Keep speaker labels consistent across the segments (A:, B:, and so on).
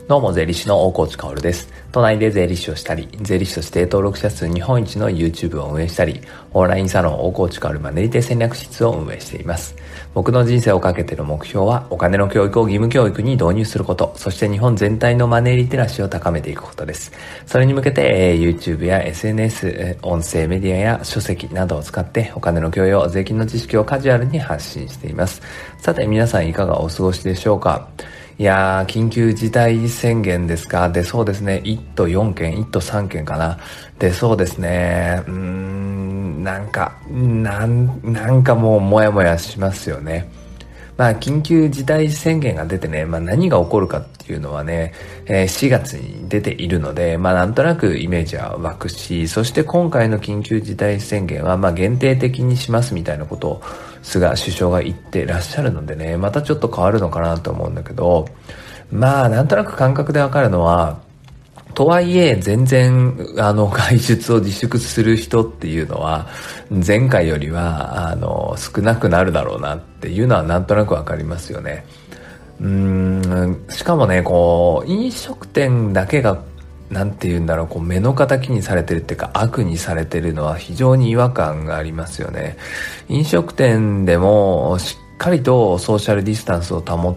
A: どうも、税理士の大河内薫です。都内で税理士をしたり、税理士として登録者数日本一の YouTube を運営したり、オンラインサロン大河内薫マネリテ戦略室を運営しています。僕の人生をかけている目標は、お金の教育を義務教育に導入すること、そして日本全体のマネーリテラシーを高めていくことです。それに向けて、YouTube や SNS、音声メディアや書籍などを使って、お金の教養、税金の知識をカジュアルに発信しています。さて、皆さんいかがお過ごしでしょうか？いやー、緊急事態宣言ですか？出そうですね。1都4県、1都3県かな。出そうですね。なんかもうもやもやしますよね。緊急事態宣言が出てね、何が起こるかっていうのはね、4月に出ているので、なんとなくイメージは湧くし、そして今回の緊急事態宣言は、限定的にしますみたいなことを菅首相が言ってらっしゃるのでね、またちょっと変わるのかなと思うんだけど、なんとなく感覚でわかるのは、とはいえ、全然、外出を自粛する人っていうのは、前回よりは、少なくなるだろうなっていうのはなんとなくわかりますよね。しかもね、飲食店だけが、目の敵にされてるっていうか、悪にされてるのは非常に違和感がありますよね。飲食店でも、しっかりとソーシャルディスタンスを保って、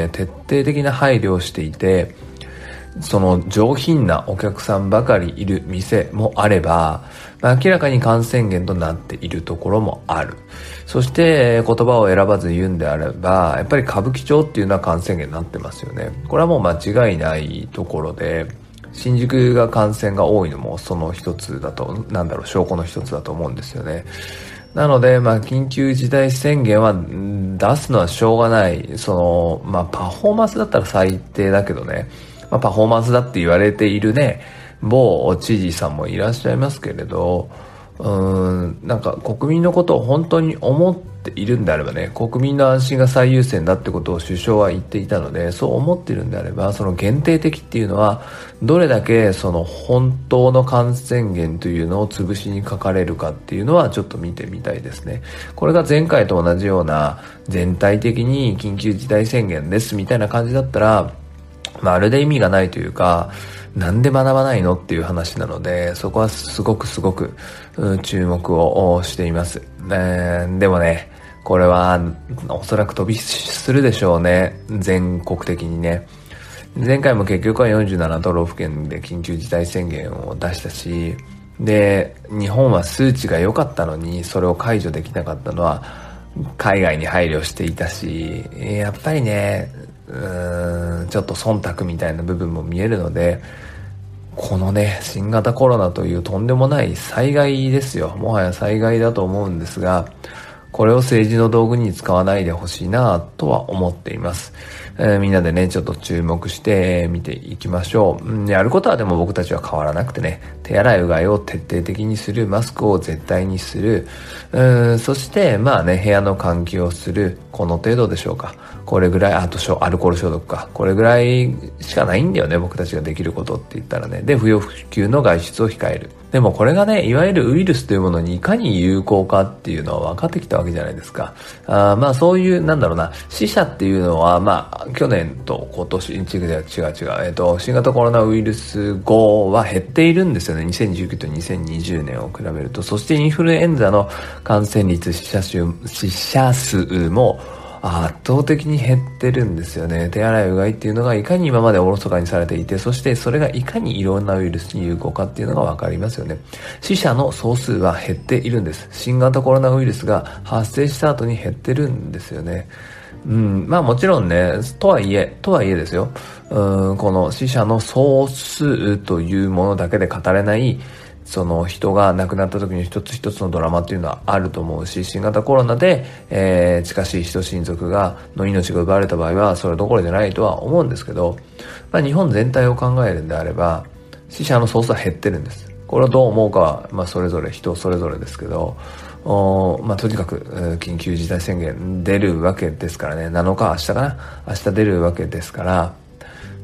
A: 徹底的な配慮をしていて、その上品なお客さんばかりいる店もあれば、明らかに感染源となっているところもある。そして言葉を選ばず言うんであれば、やっぱり歌舞伎町っていうのは感染源になってますよね。これはもう間違いないところで、新宿が感染が多いのもその一つだと、証拠の一つだと思うんですよね。なので、緊急事態宣言は出すのはしょうがない。パフォーマンスだったら最低だけどね。パフォーマンスだって言われているね、某知事さんもいらっしゃいますけれど、国民のことを本当に思っているんであればね、国民の安心が最優先だってことを首相は言っていたので、そう思っているんであれば、その限定的っていうのは、どれだけその本当の感染源というのを潰しにかかれるかっていうのはちょっと見てみたいですね。これが前回と同じような全体的に緊急事態宣言ですみたいな感じだったら、まるで意味がないというか、なんで学ばないのっていう話なので、そこはすごく注目をしています。でもね、これはおそらく飛び火するでしょうね。全国的にね。前回も結局は47都道府県で緊急事態宣言を出したし、で、日本は数値が良かったのに、それを解除できなかったのは、海外に配慮していたし、やっぱりね、ちょっと忖度みたいな部分も見えるので、このね、新型コロナというとんでもない災害ですよ。もはや災害だと思うんですが、これを政治の道具に使わないでほしいなとは思っています。みんなでね、ちょっと注目して見ていきましょう。やることはでも僕たちは変わらなくてね、手洗いうがいを徹底的にする、マスクを絶対にする、そして部屋の換気をする、この程度でしょうか。これぐらい、あとアルコール消毒か。これぐらいしかないんだよね、僕たちができることって言ったらね。で、不要不急の外出を控える。でもこれがね、いわゆるウイルスというものにいかに有効かっていうのは分かってきたわけじゃないですか。そういう、死者っていうのは、去年と今年、違う。新型コロナウイルス後は減っているんですよね。2019と2020年を比べると。そしてインフルエンザの感染率、死者数も、圧倒的に減ってるんですよね。手洗いうがいっていうのがいかに今までおろそかにされていて、そしてそれがいかにいろんなウイルスに有効かっていうのがわかりますよね。死者の総数は減っているんです。新型コロナウイルスが発生した後に減ってるんですよね。もちろんね、とはいえですよ。この死者の総数というものだけで語れない、その人が亡くなった時に一つ一つのドラマっていうのはあると思うし、新型コロナで、近しい人親族の命が奪われた場合はそれどころじゃないとは思うんですけど、日本全体を考えるんであれば死者の総数は減ってるんです。これをどう思うかは、それぞれ人それぞれですけど、とにかく緊急事態宣言出るわけですからね。7日明日出るわけですから、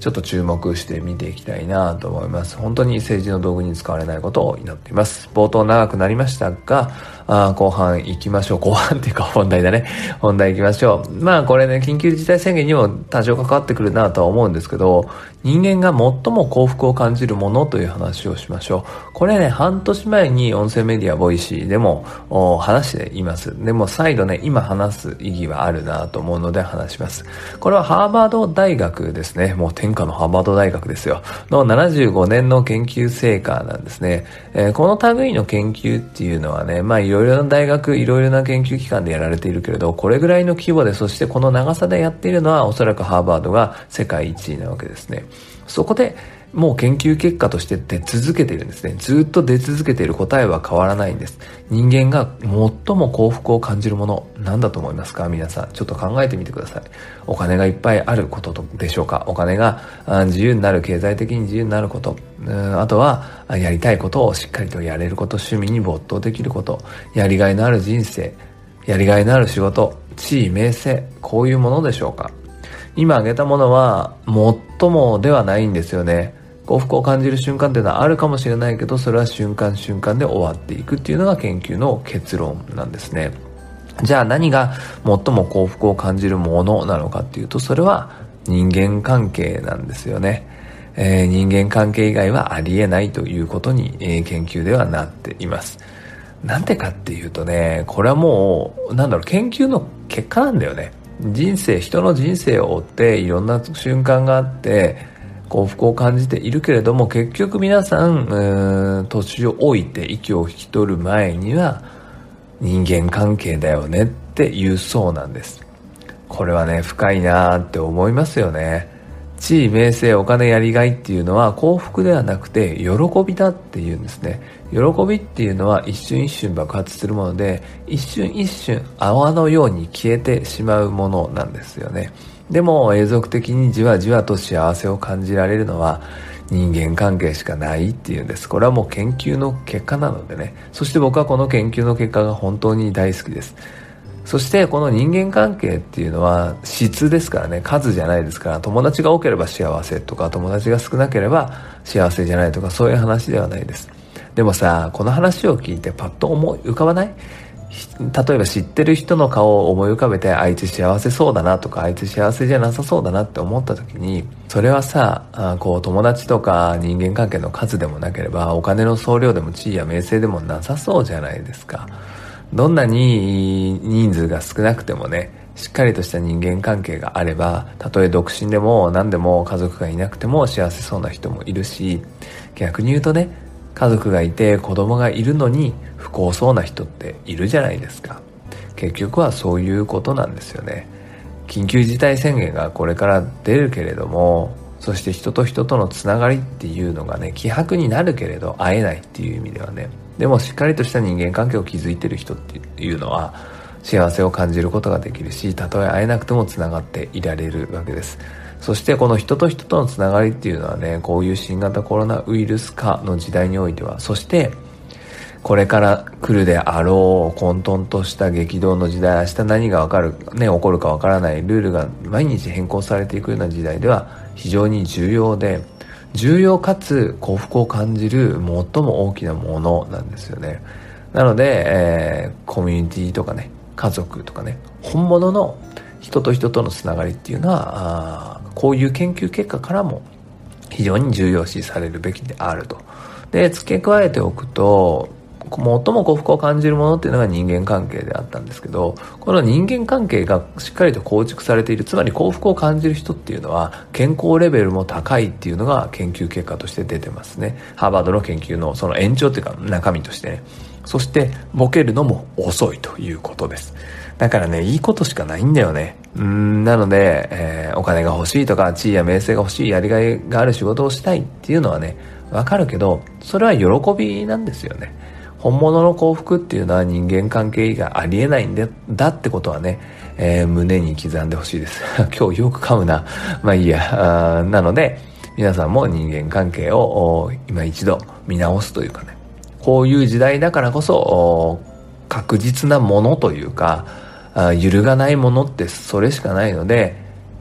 A: ちょっと注目して見ていきたいなと思います。本当に政治の道具に使われないことを祈っています。冒頭長くなりましたが、後半行きましょう。後半っていうか本題だね。本題行きましょう。これね、緊急事態宣言にも多少関わってくるなとは思うんですけど、人間が最も幸福を感じるものという話をしましょう。これね、半年前に音声メディアボイシーでも話しています。でも再度ね、今話す意義はあるなと思うので話します。これはハーバード大学ですね。もう天下のハーバード大学ですよ。の75年の研究成果なんですね。この類の研究っていうのはね、いろいろな大学、いろいろな研究機関でやられているけれど、これぐらいの規模で、そしてこの長さでやっているのはおそらくハーバードが世界一位なわけですね。そこでもう研究結果として出続けているんですね。ずっと出続けている。答えは変わらないんです。人間が最も幸福を感じるもの、何だと思いますか？皆さんちょっと考えてみてください。お金がいっぱいあることでしょうか？お金が自由になる、経済的に自由になること、あとはやりたいことをしっかりとやれること、趣味に没頭できること、やりがいのある人生、やりがいのある仕事、地位名声、こういうものでしょうか？今挙げたものは最もではないんですよね。幸福を感じる瞬間っていうのはあるかもしれないけど、それは瞬間瞬間で終わっていくっていうのが研究の結論なんですね。じゃあ何が最も幸福を感じるものなのかっていうと、それは人間関係なんですよね。人間関係以外はありえないということに、研究ではなっています。なんでかっていうとね、これはもう研究の結果なんだよね。人の人生を追っていろんな瞬間があって幸福を感じているけれども、結局皆さん年を老いて息を引き取る前には人間関係だよねって言うそうなんです。これはね、深いなって思いますよね。地位名声、お金、やりがいっていうのは幸福ではなくて喜びだっていうんですね。喜びっていうのは一瞬一瞬爆発するもので、一瞬一瞬泡のように消えてしまうものなんですよね。でも永続的にじわじわと幸せを感じられるのは人間関係しかないっていうんです。これはもう研究の結果なのでね。そして僕はこの研究の結果が本当に大好きです。そしてこの人間関係っていうのは質ですからね、数じゃないですから。友達が多ければ幸せとか、友達が少なければ幸せじゃないとか、そういう話ではないです。でもさ、この話を聞いてパッと思い浮かばない？例えば知ってる人の顔を思い浮かべて、あいつ幸せそうだなとか、あいつ幸せじゃなさそうだなって思った時に、それはさ、友達とか人間関係の数でもなければ、お金の総量でも地位や名声でもなさそうじゃないですか。どんなに人数が少なくてもね、しっかりとした人間関係があれば、たとえ独身でも何でも家族がいなくても幸せそうな人もいるし、逆に言うとね、家族がいて子供がいるのに不幸そうな人っているじゃないですか。結局はそういうことなんですよね。緊急事態宣言がこれから出るけれども、そして人と人とのつながりっていうのがね、希薄になるけれど会えないっていう意味ではね、でもしっかりとした人間関係を築いている人っていうのは幸せを感じることができるし、たとえ会えなくてもつながっていられるわけです。そしてこの人と人とのつながりっていうのはね、こういう新型コロナウイルス化の時代においては、そしてこれから来るであろう混沌とした激動の時代、明日何が起こるかわからないルールが毎日変更されていくような時代では非常に重要かつ幸福を感じる最も大きなものなんですよね。なので、コミュニティとかね、家族とかね、本物の人と人とのつながりっていうのはこういう研究結果からも非常に重要視されるべきであると。で、付け加えておくと、最も幸福を感じるものっていうのが人間関係であったんですけど、この人間関係がしっかりと構築されている、つまり幸福を感じる人っていうのは健康レベルも高いっていうのが研究結果として出てますね。ハーバードの研究のその延長っていうか中身としてね。そしてボケるのも遅いということです。だからね、いいことしかないんだよね。なので、お金が欲しいとか地位や名声が欲しい、やりがいがある仕事をしたいっていうのはね、わかるけど、それは喜びなんですよね。本物の幸福っていうのは人間関係以外ありえないんだってことはね、胸に刻んでほしいです。今日よく噛むな。まあいいや。なので、皆さんも人間関係を今一度見直すというかね、こういう時代だからこそ確実なものというか、揺るがないものってそれしかないので、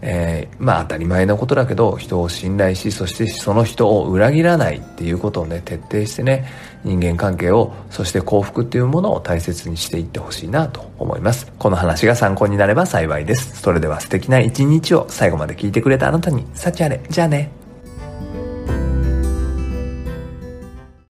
A: 当たり前のことだけど、人を信頼し、そしてその人を裏切らないっていうことをね、徹底してね、人間関係を、そして幸福っていうものを大切にしていってほしいなと思います。この話が参考になれば幸いです。それでは素敵な一日を最後まで聞いてくれたあなたに、幸あれ。じゃあね。